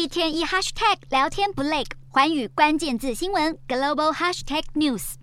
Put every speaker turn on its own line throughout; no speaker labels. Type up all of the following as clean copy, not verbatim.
一天一 hashtag 聊天不累，寰宇关键字新闻 global hashtag news。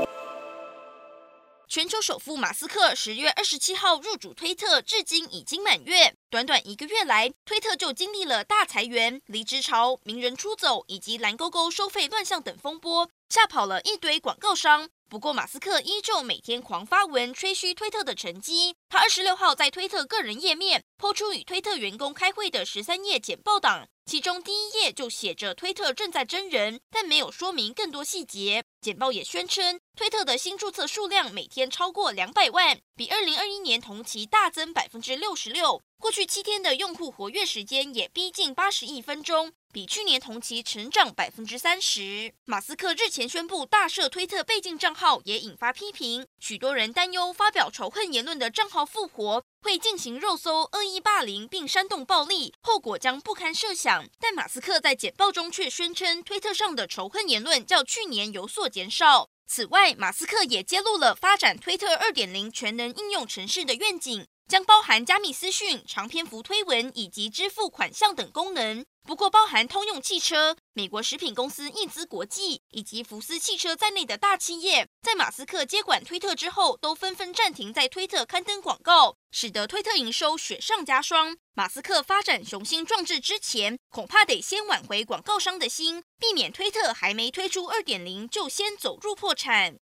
全球首富马斯克10月27号入主推特，至今已经满月。短短1个月来，推特就经历了大裁员、离职潮、名人出走以及蓝勾勾收费乱象等风波，吓跑了一堆广告商。不过，马斯克依旧每天狂发文吹嘘推特的成绩。他26号在推特个人页面抛出与推特员工开会的13页简报档，其中第1页就写着推特正在征人，但没有说明更多细节。简报也宣称，推特的新注册数量每天超过200万，比2021年同期大增66%。过去7天的用户活跃时间也逼近80亿分钟，比去年同期成长30%。马斯克日前宣布大赦推特被禁账号，也引发批评。许多人担忧发表仇恨言论的账号复活会进行肉搜、恶意霸凌并煽动暴力，后果将不堪设想。但马斯克在简报中却宣称，推特上的仇恨言论较去年有所减少。此外，马斯克也揭露了发展推特2.0全能应用程式的愿景，将包含加密私讯、长篇幅推文以及支付款项等功能。不过，包含通用汽车、美国食品公司易资国际以及福斯汽车在内的大企业，在马斯克接管推特之后，都纷纷暂停在推特刊登广告，使得推特营收雪上加霜。马斯克发展雄心壮志之前，恐怕得先挽回广告商的心，避免推特还没推出2.0就先走入破产。